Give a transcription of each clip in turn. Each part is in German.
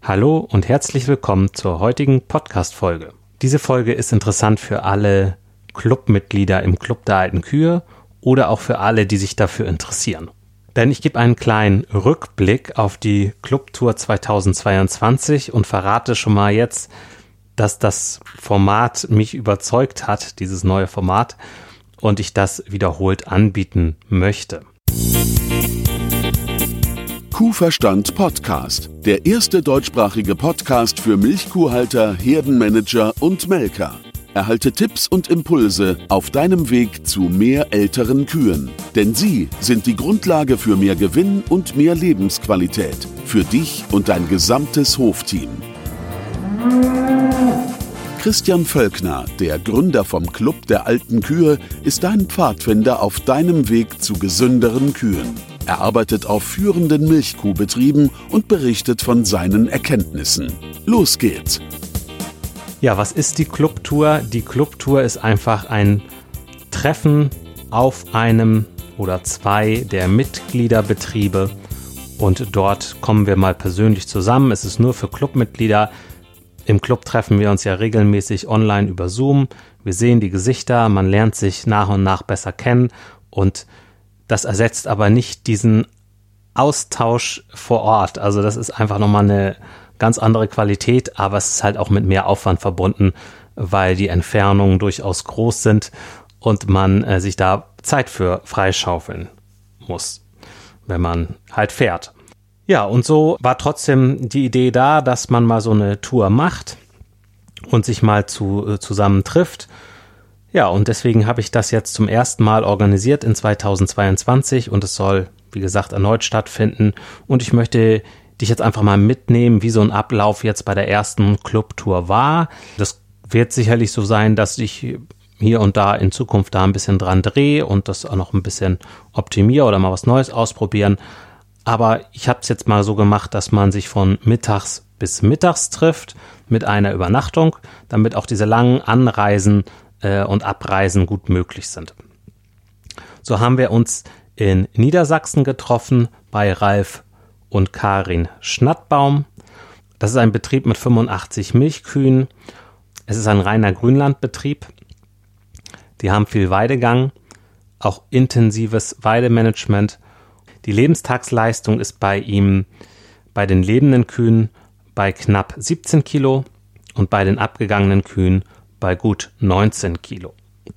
Hallo und herzlich willkommen zur heutigen Podcast-Folge. Diese Folge ist interessant für alle Clubmitglieder im Club der alten Kühe oder auch für alle, die sich dafür interessieren. Denn ich gebe einen kleinen Rückblick auf die Clubtour 2022 und verrate schon mal jetzt, dass das Format mich überzeugt hat, dieses neue Format, und ich das wiederholt anbieten möchte. Kuhverstand Podcast, der erste deutschsprachige Podcast für Milchkuhhalter, Herdenmanager und Melker. Erhalte Tipps und Impulse auf deinem Weg zu mehr älteren Kühen. Denn sie sind die Grundlage für mehr Gewinn und mehr Lebensqualität. Für dich und dein gesamtes Hofteam. Christian Völkner, der Gründer vom Club der alten Kühe, ist dein Pfadfinder auf deinem Weg zu gesünderen Kühen. Er arbeitet auf führenden Milchkuhbetrieben und berichtet von seinen Erkenntnissen. Los geht's! Ja, was ist die Clubtour? Die Clubtour ist einfach ein Treffen auf einem oder zwei der Mitgliederbetriebe und dort kommen wir mal persönlich zusammen. Es ist nur für Clubmitglieder. Im Club treffen wir uns ja regelmäßig online über Zoom. Wir sehen die Gesichter, man lernt sich nach und nach besser kennen und das ersetzt aber nicht diesen Austausch vor Ort. Also das ist einfach nochmal eine ganz andere Qualität, aber es ist halt auch mit mehr Aufwand verbunden, weil die Entfernungen durchaus groß sind und man sich da Zeit für freischaufeln muss, wenn man halt fährt. Ja, und so war trotzdem die Idee da, dass man mal so eine Tour macht und sich mal zusammen trifft. Ja, und deswegen habe ich das jetzt zum ersten Mal organisiert in 2022 und es soll, wie gesagt, erneut stattfinden. Und ich möchte dich jetzt einfach mal mitnehmen, wie so ein Ablauf jetzt bei der ersten Clubtour war. Das wird sicherlich so sein, dass ich hier und da in Zukunft da ein bisschen dran drehe und das auch noch ein bisschen optimiere oder mal was Neues ausprobieren. Aber ich habe es jetzt mal so gemacht, dass man sich von mittags bis mittags trifft mit einer Übernachtung, damit auch diese langen Anreisen und Abreisen gut möglich sind. So haben wir uns in Niedersachsen getroffen bei Ralf und Karin Schnattbaum. Das ist ein Betrieb mit 85 Milchkühen. Es ist ein reiner Grünlandbetrieb. Die haben viel Weidegang, auch intensives Weidemanagement. Die Lebenstagsleistung ist bei ihm bei den lebenden Kühen bei knapp 17 Kilo und bei den abgegangenen Kühen bei gut 19 Kilo.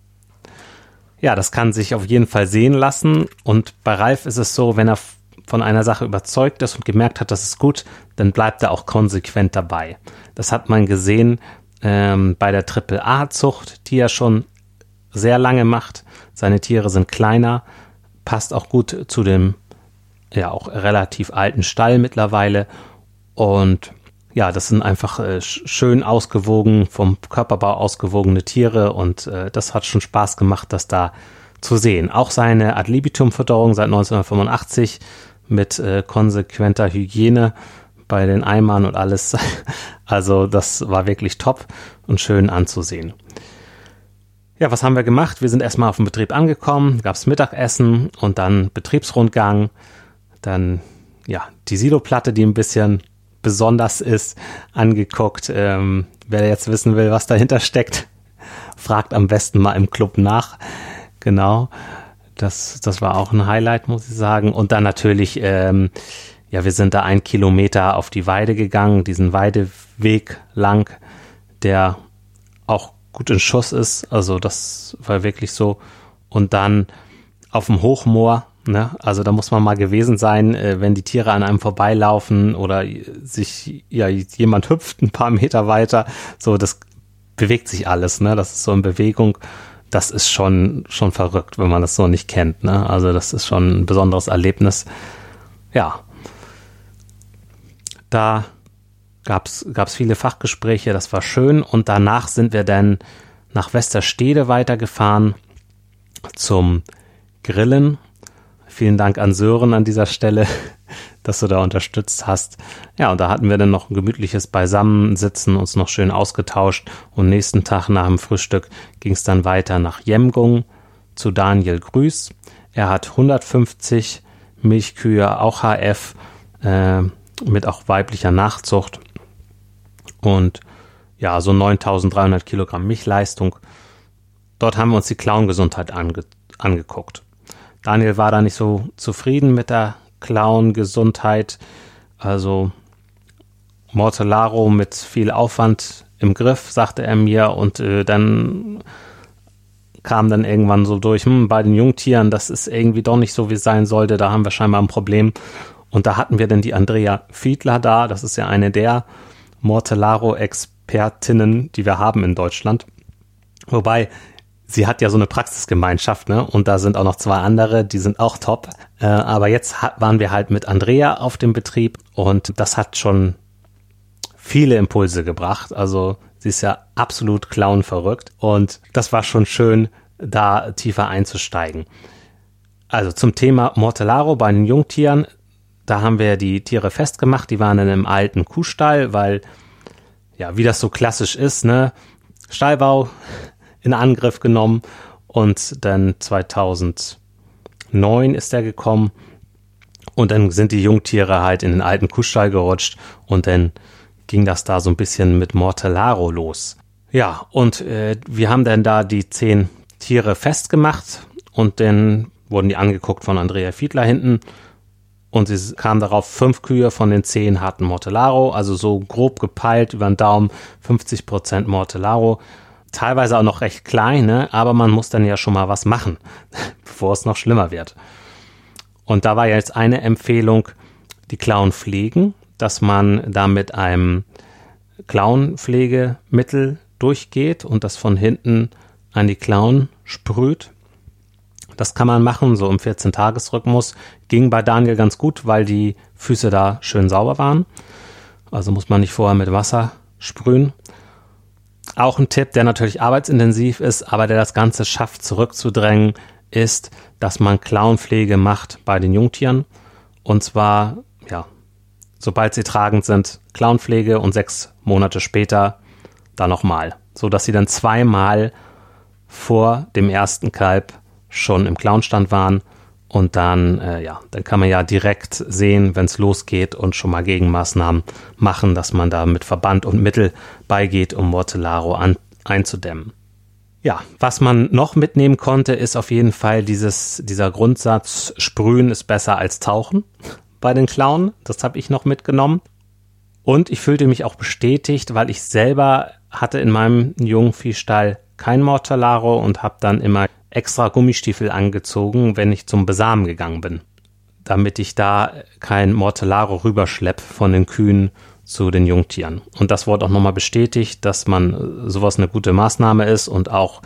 Ja, das kann sich auf jeden Fall sehen lassen und bei Ralf ist es so, wenn er von einer Sache überzeugt ist und gemerkt hat, das ist gut, dann bleibt er auch konsequent dabei. Das hat man gesehen bei der AAA-Zucht, die er schon sehr lange macht. Seine Tiere sind kleiner, passt auch gut zu dem ja auch relativ alten Stall mittlerweile und ja, das sind einfach schön ausgewogen, vom Körperbau ausgewogene Tiere und das hat schon Spaß gemacht, das da zu sehen. Auch seine Ad libitum-Fütterung seit 1985 mit konsequenter Hygiene bei den Eimern und alles. Also das war wirklich top und schön anzusehen. Ja, was haben wir gemacht? Wir sind erstmal auf dem Betrieb angekommen, gab es Mittagessen und dann Betriebsrundgang, dann ja die Siloplatte, die ein bisschen besonders ist, angeguckt. Wer jetzt wissen will, was dahinter steckt, fragt am besten mal im Club nach. Genau, das war auch ein Highlight, muss ich sagen. Und dann natürlich, wir sind da 1 Kilometer auf die Weide gegangen, diesen Weideweg lang, der auch gut in Schuss ist. Also das war wirklich so. Und dann auf dem Hochmoor, ne? Also da muss man mal gewesen sein, wenn die Tiere an einem vorbeilaufen oder sich jemand hüpft ein paar Meter weiter, so das bewegt sich alles, ne? Das ist so in Bewegung, das ist schon verrückt, wenn man das so nicht kennt, ne? Also das ist schon ein besonderes Erlebnis. Ja, da gab's viele Fachgespräche, das war schön und danach sind wir dann nach Westerstede weitergefahren zum Grillen. Vielen Dank an Sören an dieser Stelle, dass du da unterstützt hast. Ja, und da hatten wir dann noch ein gemütliches Beisammensitzen, uns noch schön ausgetauscht und nächsten Tag nach dem Frühstück ging es dann weiter nach Jemgung zu Daniel Grüß. Er hat 150 Milchkühe, auch HF, mit auch weiblicher Nachzucht. und ja, so 9.300 Kilogramm Milchleistung. Dort haben wir uns die Klauengesundheit angeguckt. Daniel war da nicht so zufrieden mit der Klauengesundheit, also Mortellaro mit viel Aufwand im Griff, sagte er mir, und dann kam dann irgendwann so durch, bei den Jungtieren, das ist irgendwie doch nicht so, wie es sein sollte, da haben wir scheinbar ein Problem. Und da hatten wir dann die Andrea Fiedler da, das ist ja eine der Mortellaro-Expertinnen, die wir haben in Deutschland. Wobei, sie hat ja so eine Praxisgemeinschaft, ne? Und da sind auch noch 2 andere, die sind auch top. Aber jetzt waren wir halt mit Andrea auf dem Betrieb und das hat schon viele Impulse gebracht. Also sie ist ja absolut clownverrückt und das war schon schön, da tiefer einzusteigen. Also zum Thema Mortellaro bei den Jungtieren, da haben wir die Tiere festgemacht, die waren in einem alten Kuhstall, weil, ja, wie das so klassisch ist, ne, Stallbau in Angriff genommen und dann 2009 ist er gekommen und dann sind die Jungtiere halt in den alten Kuhstall gerutscht und dann ging das da so ein bisschen mit Mortellaro los. Ja, und wir haben dann da die 10 Tiere festgemacht und dann wurden die angeguckt von Andrea Fiedler hinten und sie kam darauf, 5 Kühe von den 10 hatten Mortellaro, also so grob gepeilt über den Daumen 50% Mortellaro. Teilweise auch noch recht klein, ne? Aber man muss dann ja schon mal was machen, bevor es noch schlimmer wird. Und da war jetzt eine Empfehlung, die Klauen pflegen, dass man da mit einem Klauenpflegemittel durchgeht und das von hinten an die Klauen sprüht. Das kann man machen, so im 14-Tages-Rhythmus. Ging bei Daniel ganz gut, weil die Füße da schön sauber waren. Also muss man nicht vorher mit Wasser sprühen. Auch ein Tipp, der natürlich arbeitsintensiv ist, aber der das Ganze schafft zurückzudrängen, ist, dass man Klauenpflege macht bei den Jungtieren. Und zwar, ja, sobald sie tragend sind, Klauenpflege und 6 Monate später dann nochmal. So dass sie dann 2-mal vor dem ersten Kalb schon im Klauenstand waren. Und dann, dann kann man ja direkt sehen, wenn es losgeht und schon mal Gegenmaßnahmen machen, dass man da mit Verband und Mittel beigeht, um Mortellaro einzudämmen. Ja, was man noch mitnehmen konnte, ist auf jeden Fall dieser Grundsatz, Sprühen ist besser als Tauchen bei den Klauen. Das habe ich noch mitgenommen. Und ich fühlte mich auch bestätigt, weil ich selber hatte in meinem Jungviehstall kein Mortellaro und habe dann immer extra Gummistiefel angezogen, wenn ich zum Besamen gegangen bin, damit ich da kein Mortellaro rüberschleppe von den Kühen zu den Jungtieren. Und das wurde auch nochmal bestätigt, dass man sowas eine gute Maßnahme ist und auch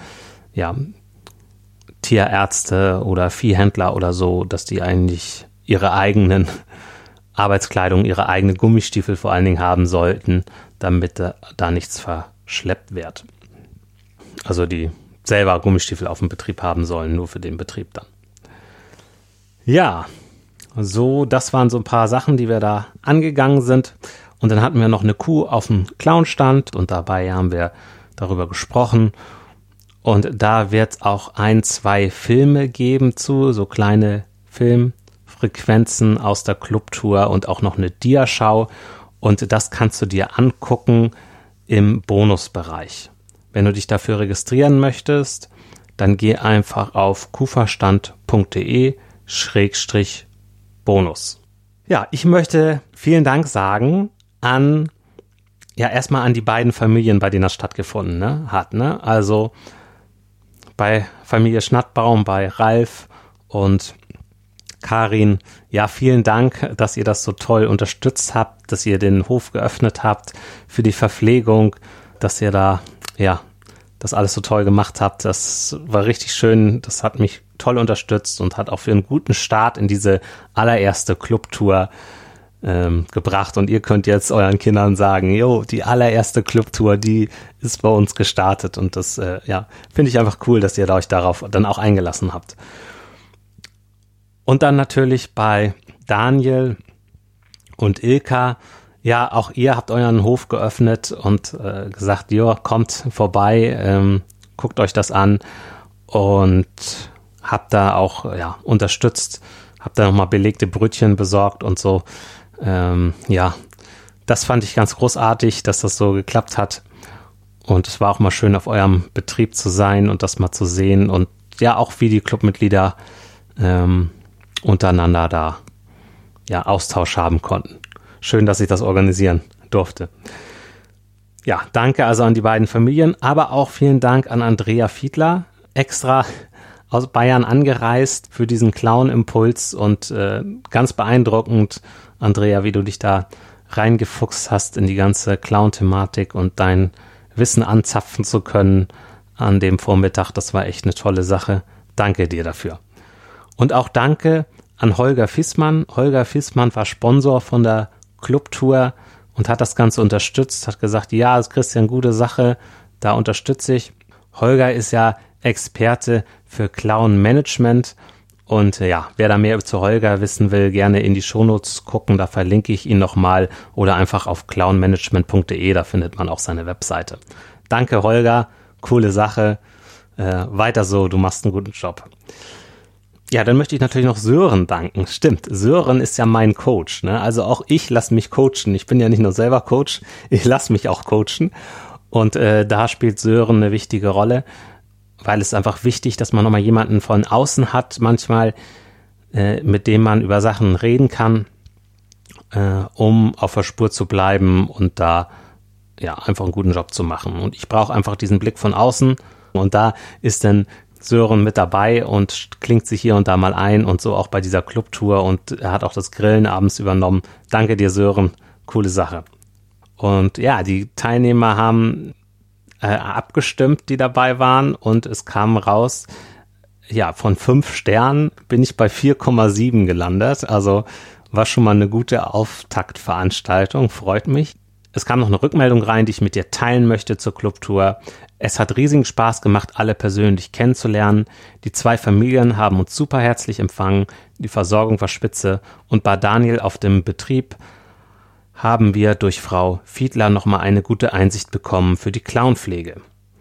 Tierärzte oder Viehhändler oder so, dass die eigentlich ihre eigenen Arbeitskleidung, ihre eigenen Gummistiefel vor allen Dingen haben sollten, damit da nichts verschleppt wird. Also die selber Gummistiefel auf dem Betrieb haben sollen, nur für den Betrieb dann. Ja, so, das waren so ein paar Sachen, die wir da angegangen sind. Und dann hatten wir noch eine Kuh auf dem Klauenstand und dabei haben wir darüber gesprochen. Und da wird es auch 1-2 Filme geben zu, so kleine Filmfrequenzen aus der Clubtour und auch noch eine Diaschau. Und das kannst du dir angucken im Bonusbereich. Wenn du dich dafür registrieren möchtest, dann geh einfach auf kuhverstand.de/bonus. Ja, ich möchte vielen Dank sagen erstmal an die beiden Familien, bei denen das stattgefunden hat. Ne? Also bei Familie Schnattbaum, bei Ralf und Karin. Ja, vielen Dank, dass ihr das so toll unterstützt habt, dass ihr den Hof geöffnet habt für die Verpflegung, dass ihr da das alles so toll gemacht habt. Das war richtig schön. Das hat mich toll unterstützt und hat auch für einen guten Start in diese allererste Clubtour gebracht. Und ihr könnt jetzt euren Kindern sagen, die allererste Clubtour, die ist bei uns gestartet. Und das, finde ich einfach cool, dass ihr euch darauf dann auch eingelassen habt. Und dann natürlich bei Daniel und Ilka. Ja, auch ihr habt euren Hof geöffnet und gesagt, kommt vorbei, guckt euch das an und habt da auch unterstützt, habt da nochmal belegte Brötchen besorgt und so. Das fand ich ganz großartig, dass das so geklappt hat. Und es war auch mal schön, auf eurem Betrieb zu sein und das mal zu sehen. Und ja, auch wie die Clubmitglieder untereinander da Austausch haben konnten. Schön, dass ich das organisieren durfte. Ja, danke also an die beiden Familien, aber auch vielen Dank an Andrea Fiedler, extra aus Bayern angereist für diesen Clown-Impuls und ganz beeindruckend, Andrea, wie du dich da reingefuchst hast in die ganze Clown-Thematik und dein Wissen anzapfen zu können an dem Vormittag. Das war echt eine tolle Sache. Danke dir dafür. Und auch danke an Holger Fissmann. Holger Fissmann war Sponsor von der Clubtour und hat das Ganze unterstützt, hat gesagt, ja, das ist Christian, gute Sache, da unterstütze ich. Holger ist ja Experte für Clown-Management und wer da mehr zu Holger wissen will, gerne in die Shownotes gucken, da verlinke ich ihn nochmal oder einfach auf clownmanagement.de, da findet man auch seine Webseite. Danke Holger, coole Sache, weiter so, du machst einen guten Job. Ja, dann möchte ich natürlich noch Sören danken. Stimmt, Sören ist ja mein Coach, ne? Also auch ich lasse mich coachen. Ich bin ja nicht nur selber Coach, ich lasse mich auch coachen. Und da spielt Sören eine wichtige Rolle, weil es einfach wichtig, dass man nochmal jemanden von außen hat, manchmal, mit dem man über Sachen reden kann, um auf der Spur zu bleiben und da einfach einen guten Job zu machen. Und ich brauche einfach diesen Blick von außen und da ist dann Sören mit dabei und klingt sich hier und da mal ein und so auch bei dieser Clubtour und er hat auch das Grillen abends übernommen. Danke dir, Sören. Coole Sache. Und ja, die Teilnehmer haben abgestimmt, die dabei waren und es kam raus, von 5 Sternen bin ich bei 4,7 gelandet. Also war schon mal eine gute Auftaktveranstaltung, freut mich. Es kam noch eine Rückmeldung rein, die ich mit dir teilen möchte zur Clubtour. Es hat riesigen Spaß gemacht, alle persönlich kennenzulernen. Die 2 Familien haben uns super herzlich empfangen. Die Versorgung war spitze. Und bei Daniel auf dem Betrieb haben wir durch Frau Fiedler nochmal eine gute Einsicht bekommen für die Clownpflege.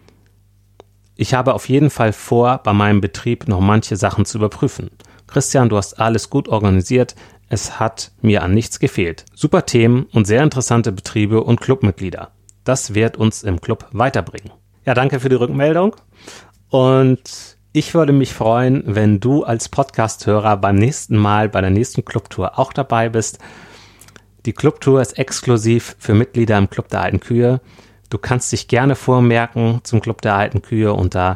Ich habe auf jeden Fall vor, bei meinem Betrieb noch manche Sachen zu überprüfen. Christian, du hast alles gut organisiert. Es hat mir an nichts gefehlt. Super Themen und sehr interessante Betriebe und Clubmitglieder. Das wird uns im Club weiterbringen. Ja, danke für die Rückmeldung. Und ich würde mich freuen, wenn du als Podcast-Hörer beim nächsten Mal bei der nächsten Clubtour auch dabei bist. Die Clubtour ist exklusiv für Mitglieder im Club der Alten Kühe. Du kannst dich gerne vormerken zum Club der Alten Kühe unter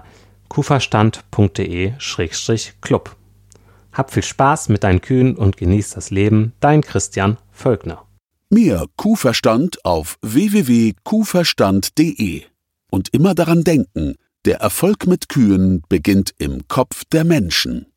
kuhverstand.de/club. Hab viel Spaß mit deinen Kühen und genieß das Leben. Dein Christian Völkner. Mehr Kuhverstand auf www.kuhverstand.de. Und immer daran denken, der Erfolg mit Kühen beginnt im Kopf der Menschen.